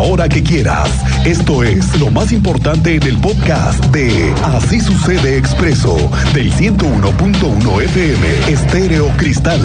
hora que quieras. Esto es lo más importante en el podcast de Así Sucede Expreso del 101.1 FM Estéreo Cristal.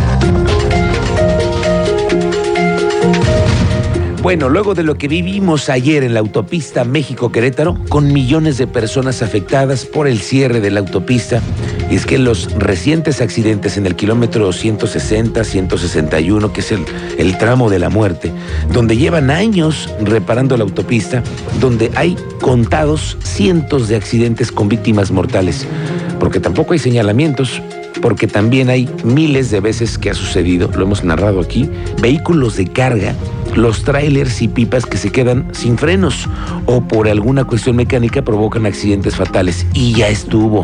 Bueno, luego de lo que vivimos ayer en la autopista México-Querétaro, con millones de personas afectadas por el cierre de la autopista, y es que los recientes accidentes en el kilómetro 160, 161, que es el tramo de la muerte, donde llevan años reparando la autopista, donde hay contados cientos de accidentes con víctimas mortales, porque tampoco hay señalamientos, porque también hay miles de veces que ha sucedido, lo hemos narrado aquí, vehículos de carga, los tráilers y pipas que se quedan sin frenos o por alguna cuestión mecánica provocan accidentes fatales. Y ya estuvo.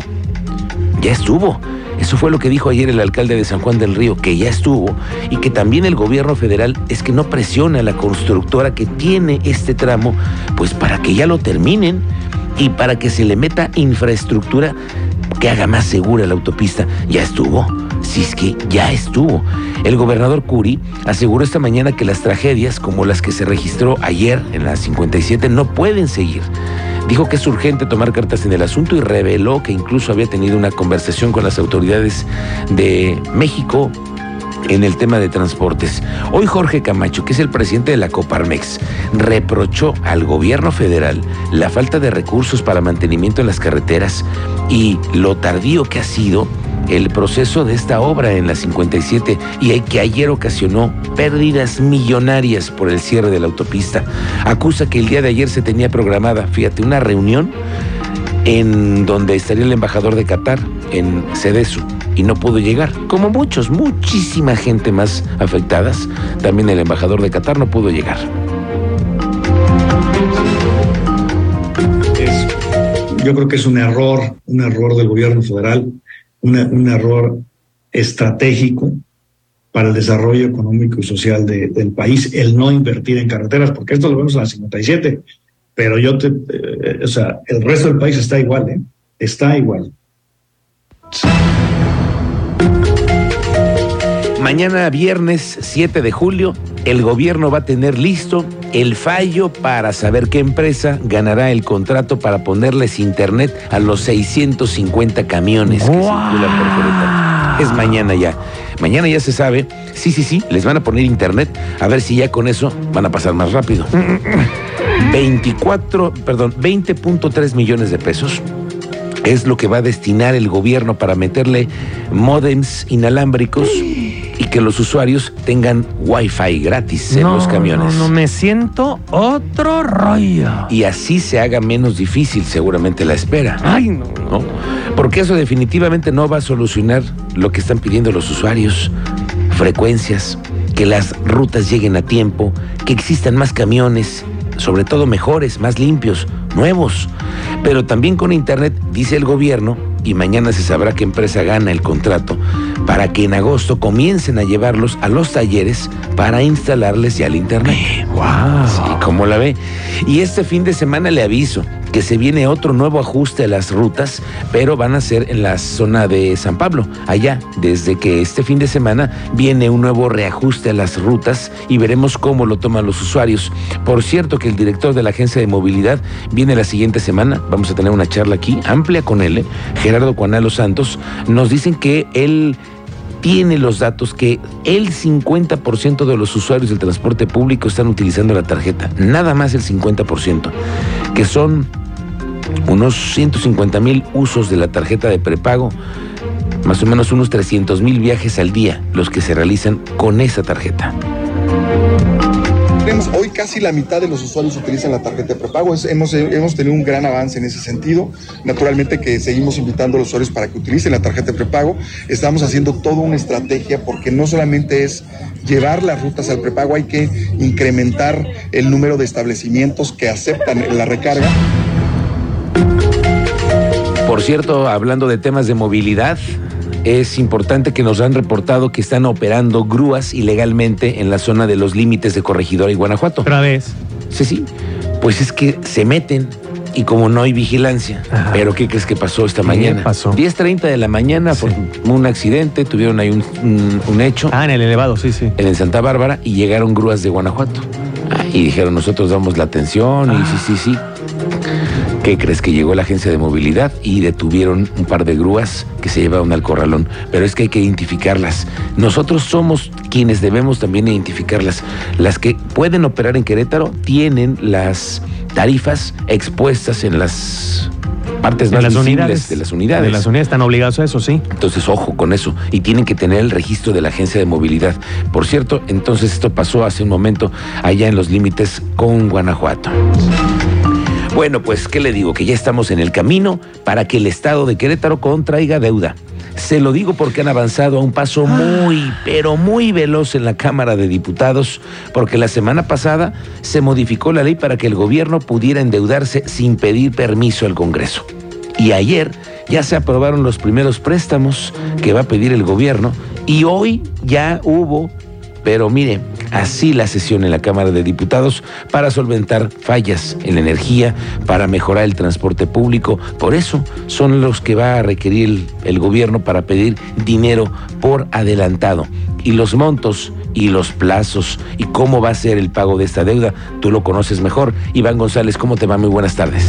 Eso fue lo que dijo ayer el alcalde de San Juan del Río, que ya estuvo, y que también el gobierno federal es que no presiona a la constructora que tiene este tramo, pues para que ya lo terminen y para que se le meta infraestructura que haga más segura la autopista. Ya estuvo. Si es que ya estuvo. El gobernador Curi aseguró esta mañana que las tragedias como las que se registró ayer en la 57 no pueden seguir. Dijo que es urgente tomar cartas en el asunto y reveló que incluso había tenido una conversación con las autoridades de México en el tema de transportes. Hoy Jorge Camacho, que es el presidente de la Coparmex, reprochó al gobierno federal la falta de recursos para mantenimiento en las carreteras y lo tardío que ha sido el proceso de esta obra en la 57 y que ayer ocasionó pérdidas millonarias por el cierre de la autopista. Acusa que el día de ayer se tenía programada, fíjate, una reunión en donde estaría el embajador de Qatar en Cedesu y no pudo llegar, como muchísima gente más afectadas. También el embajador de Qatar no pudo llegar. Yo creo que es un error del gobierno federal, un error estratégico para el desarrollo económico y social del país, el no invertir en carreteras, porque esto lo vemos en la 57, pero el resto del país está igual, está igual. Mañana viernes 7 de julio, el gobierno va a tener listo el fallo para saber qué empresa ganará el contrato para ponerles internet a los 650 camiones que circulan por Querétaro. Es mañana ya. Mañana ya se sabe. Sí, les van a poner internet. A ver si ya con eso van a pasar más rápido. 20.3 millones de pesos es lo que va a destinar el gobierno para meterle módems inalámbricos y que los usuarios tengan Wi-Fi gratis en los camiones. No, me siento otro rollo. Y así se haga menos difícil seguramente la espera. Ay, no. Porque eso definitivamente no va a solucionar lo que están pidiendo los usuarios. Frecuencias, que las rutas lleguen a tiempo, que existan más camiones, sobre todo mejores, más limpios, nuevos. Pero también con internet, dice el gobierno, y mañana se sabrá qué empresa gana el contrato, para que en agosto comiencen a llevarlos a los talleres para instalarles ya el internet. ¡Wow! Sí, ¿cómo la ve? Y este fin de semana le aviso que se viene otro nuevo ajuste a las rutas, pero van a ser en la zona de San Pablo, allá, desde que este fin de semana viene un nuevo reajuste a las rutas y veremos cómo lo toman los usuarios. Por cierto que el director de la Agencia de Movilidad viene la siguiente semana, vamos a tener una charla aquí amplia con él, Gerardo Cuanalo Santos. Nos dicen que él tiene los datos que el 50% de los usuarios del transporte público están utilizando la tarjeta, nada más el 50%, que son unos 150,000 usos de la tarjeta de prepago, más o menos unos 300,000 viajes al día los que se realizan con esa tarjeta. Hoy casi la mitad de los usuarios utilizan la tarjeta de prepago. Hemos tenido un gran avance en ese sentido. Naturalmente que seguimos invitando a los usuarios para que utilicen la tarjeta de prepago. Estamos haciendo toda una estrategia porque no solamente es llevar las rutas al prepago, hay que incrementar el número de establecimientos que aceptan la recarga. Por cierto, hablando de temas de movilidad, es importante que nos han reportado que están operando grúas ilegalmente en la zona de los límites de Corregidora y Guanajuato. ¿Otra vez? Sí. Pues es que se meten y como no hay vigilancia. Ajá. ¿Pero qué crees que pasó esta mañana? ¿Qué pasó? 10:30 de la mañana, sí. Fue un accidente, tuvieron ahí un hecho. En el elevado, sí. En Santa Bárbara, y llegaron grúas de Guanajuato. Y dijeron, nosotros damos la atención y sí. ¿Qué crees? Que llegó la agencia de movilidad y detuvieron un par de grúas que se llevaron al corralón. Pero es que hay que identificarlas. Nosotros somos quienes debemos también identificarlas. Las que pueden operar en Querétaro tienen las tarifas expuestas en las partes más visibles de las unidades. De las unidades están obligados a eso, sí. Entonces, ojo con eso. Y tienen que tener el registro de la agencia de movilidad. Por cierto, entonces esto pasó hace un momento allá en los límites con Guanajuato. Bueno, pues, ¿qué le digo? Que ya estamos en el camino para que el Estado de Querétaro contraiga deuda. Se lo digo porque han avanzado a un paso pero muy veloz en la Cámara de Diputados, porque la semana pasada se modificó la ley para que el gobierno pudiera endeudarse sin pedir permiso al Congreso. Y ayer ya se aprobaron los primeros préstamos que va a pedir el gobierno y hoy ya hubo, pero mire, así la sesión en la Cámara de Diputados para solventar fallas en la energía, para mejorar el transporte público. Por eso son los que va a requerir el gobierno para pedir dinero por adelantado. Y los montos y los plazos y cómo va a ser el pago de esta deuda, tú lo conoces mejor. Iván González, ¿cómo te va? Muy buenas tardes.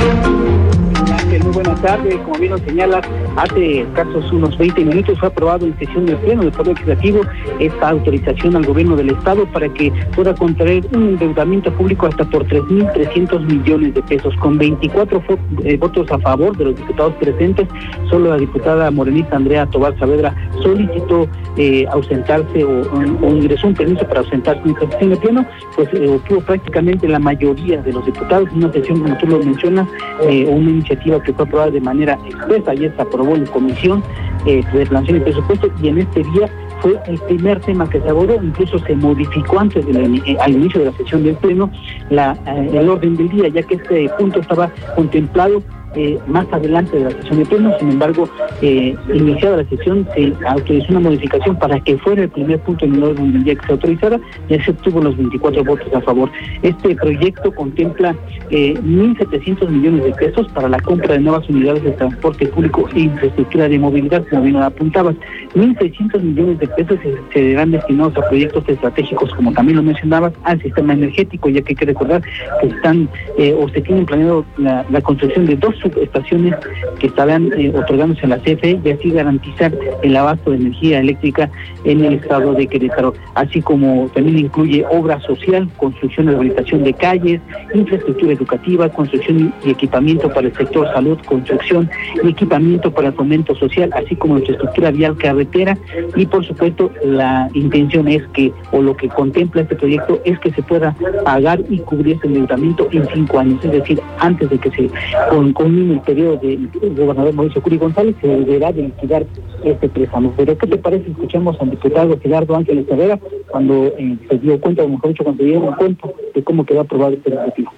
Muy buenas tardes, como bien lo señalas, hace escasos unos 20 minutos fue aprobado en sesión del Pleno del Poder Legislativo esta autorización al gobierno del Estado para que pueda contraer un endeudamiento público hasta por 3.300 millones de pesos, con 24 votos a favor de los diputados presentes. Solo la diputada morenista Andrea Tobar Saavedra solicitó ausentarse o ingresó un permiso para ausentarse en esta sesión del Pleno, pues obtuvo prácticamente la mayoría de los diputados en una sesión, como tú lo mencionas, una iniciativa que fue aprobada de manera expresa. Ayer se aprobó en comisión de planeación y presupuesto y en este día fue el primer tema que se abordó. Incluso se modificó antes al inicio de la sesión del Pleno el orden del día, ya que este punto estaba contemplado más adelante de la sesión de Pleno. Sin embargo, iniciada la sesión, se autorizó una modificación para que fuera el primer punto en el orden del día que se autorizara, y se obtuvo los 24 votos a favor. Este proyecto contempla 1.700 millones de pesos para la compra de nuevas unidades de transporte público e infraestructura de movilidad, como bien lo apuntabas. 1.600 millones de pesos se serán destinados a proyectos estratégicos, como también lo mencionabas, al sistema energético, ya que hay que recordar que están o se tienen planeado la construcción de 2 subestaciones que estarán otorgándose a la CFE y así garantizar el abasto de energía eléctrica en el estado de Querétaro, así como también incluye obra social, construcción y rehabilitación de calles, infraestructura educativa, construcción y equipamiento para el sector salud, construcción y equipamiento para el fomento social, así como infraestructura vial carretera. Y por supuesto la intención es que, o lo que contempla este proyecto, es que se pueda pagar y cubrir este endeudamiento en 5 años, es decir, antes de que se con el periodo del gobernador Mauricio Curi González, se deberá de liquidar este préstamo. Pero ¿qué te parece si escuchamos al diputado Gerardo Ángeles Herrera cuando se dio cuenta, o mejor dicho, cuando se dieron cuenta de cómo quedó aprobado este objetivo?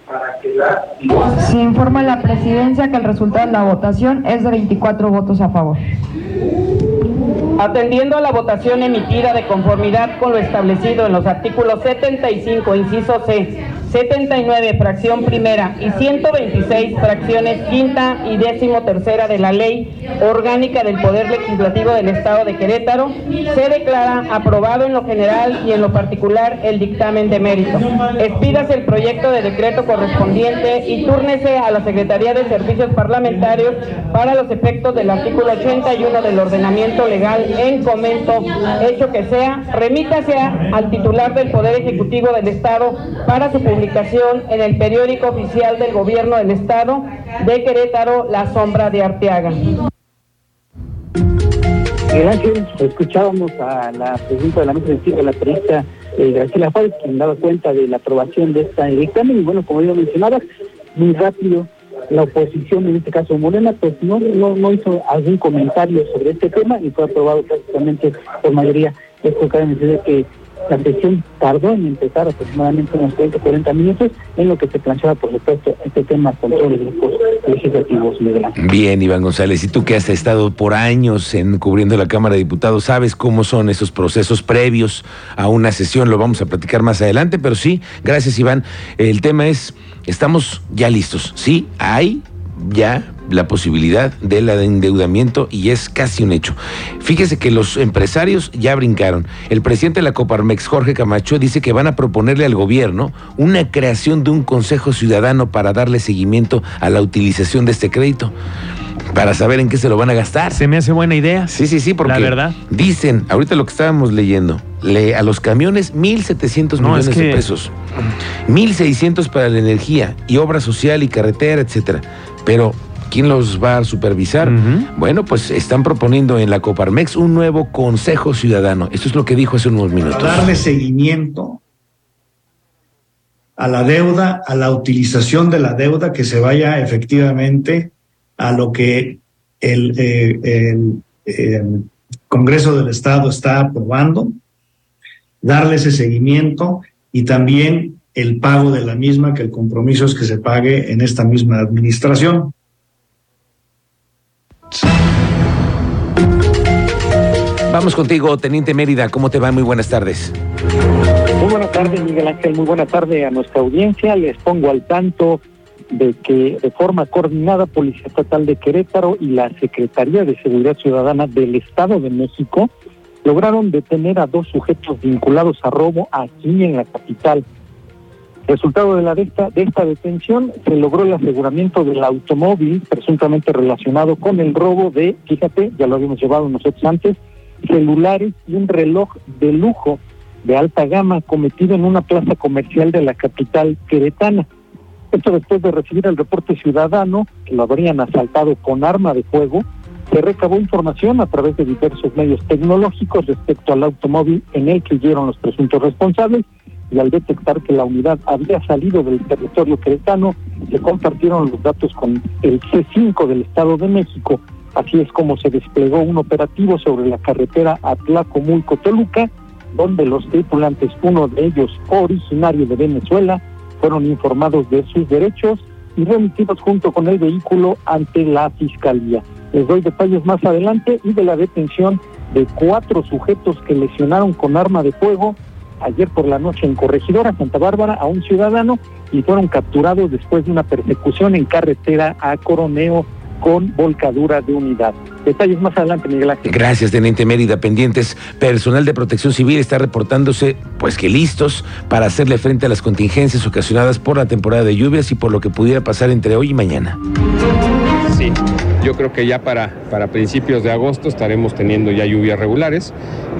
Se informa a la presidencia que el resultado de la votación es de 24 votos a favor. Atendiendo a la votación emitida de conformidad con lo establecido en los artículos 75, inciso C, 79, fracción primera y 126, fracciones quinta y 13ª de la Ley Orgánica del Poder Legislativo del Estado de Querétaro, se declara aprobado en lo general y en lo particular el dictamen de mérito. Expídase el proyecto de decreto correspondiente y túrnese a la Secretaría de Servicios Parlamentarios para los efectos del artículo 81 del ordenamiento legal en comento, hecho que sea, remítase al titular del Poder Ejecutivo del Estado para su publicación en el periódico oficial del Gobierno del Estado de Querétaro, La Sombra de Arteaga. Gracias. Escuchábamos a la presidenta de la mesa directiva, la periodista Graciela Juárez, quien daba cuenta de la aprobación de esta dictamen. Y bueno, como yo mencionaba, muy rápido la oposición, en este caso Morena, pues no hizo algún comentario sobre este tema y fue aprobado prácticamente por mayoría. Esto cabe mencionar que la sesión tardó en empezar aproximadamente unos 30-40 minutos, en lo que se planteaba, por supuesto, este tema con todos los grupos legislativos. Bien, Iván González, y tú que has estado por años cubriendo la Cámara de Diputados, sabes cómo son esos procesos previos a una sesión. Lo vamos a platicar más adelante, pero sí, gracias, Iván. El tema es, estamos ya listos, sí, hay ya la posibilidad del endeudamiento y es casi un hecho. Fíjese que los empresarios ya brincaron. El presidente de la Coparmex, Jorge Camacho, dice que van a proponerle al gobierno una creación de un consejo ciudadano para darle seguimiento a la utilización de este crédito, para saber en qué se lo van a gastar. Se me hace buena idea. Sí, porque la verdad, dicen, ahorita lo que estábamos leyendo, a los camiones 1,700 millones de pesos, 1,600 para la energía y obra social y carretera, etcétera. Pero ¿quién los va a supervisar? Bueno, pues están proponiendo en la Coparmex un nuevo consejo ciudadano. Esto es lo que dijo hace unos minutos. Para darle seguimiento a la deuda, a la utilización de la deuda, que se vaya efectivamente a lo que el Congreso del Estado está aprobando, darle ese seguimiento y también el pago de la misma, que el compromiso es que se pague en esta misma administración. Vamos contigo, Teniente Mérida, ¿cómo te va? Muy buenas tardes. Muy buenas tardes, Miguel Ángel, muy buena tarde a nuestra audiencia. Les pongo al tanto de que de forma coordinada Policía Estatal de Querétaro y la Secretaría de Seguridad Ciudadana del Estado de México lograron detener a 2 sujetos vinculados a robo aquí en la capital. Resultado de esta detención, se logró el aseguramiento del automóvil presuntamente relacionado con el robo de, fíjate, ya lo habíamos llevado nosotros antes, celulares y un reloj de lujo de alta gama cometido en una plaza comercial de la capital queretana. Esto después de recibir el reporte ciudadano que lo habrían asaltado con arma de fuego. Se recabó información a través de diversos medios tecnológicos respecto al automóvil en el que huyeron los presuntos responsables, y al detectar que la unidad había salido del territorio queretano, se compartieron los datos con el C5 del Estado de México. Así es como se desplegó un operativo sobre la carretera Atlacomulco-Toluca, donde los tripulantes, uno de ellos originario de Venezuela, fueron informados de sus derechos y remitidos junto con el vehículo ante la Fiscalía. Les doy detalles más adelante y de la detención de 4 sujetos que lesionaron con arma de fuego ayer por la noche en Corregidora, Santa Bárbara, a un ciudadano, y fueron capturados después de una persecución en carretera a Coroneo con volcadura de unidad. Detalles más adelante, Miguel Ángel. Gracias, Teniente Mérida. Pendientes, personal de Protección Civil está reportándose, pues que listos para hacerle frente a las contingencias ocasionadas por la temporada de lluvias y por lo que pudiera pasar entre hoy y mañana. Sí, yo creo que ya para principios de agosto estaremos teniendo ya lluvias regulares.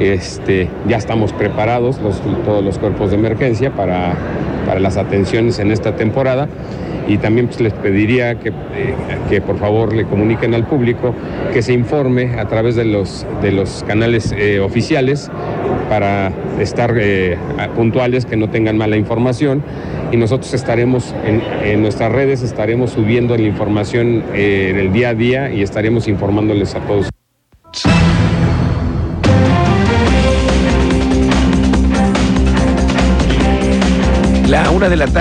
Ya estamos preparados todos los cuerpos de emergencia para las atenciones en esta temporada. Y también pues, les pediría que por favor le comuniquen al público, que se informe a través de los canales oficiales para estar puntuales, que no tengan mala información. Y nosotros estaremos en nuestras redes, estaremos subiendo la información en el día a día y estaremos informándoles a todos. La 1 de la tarde.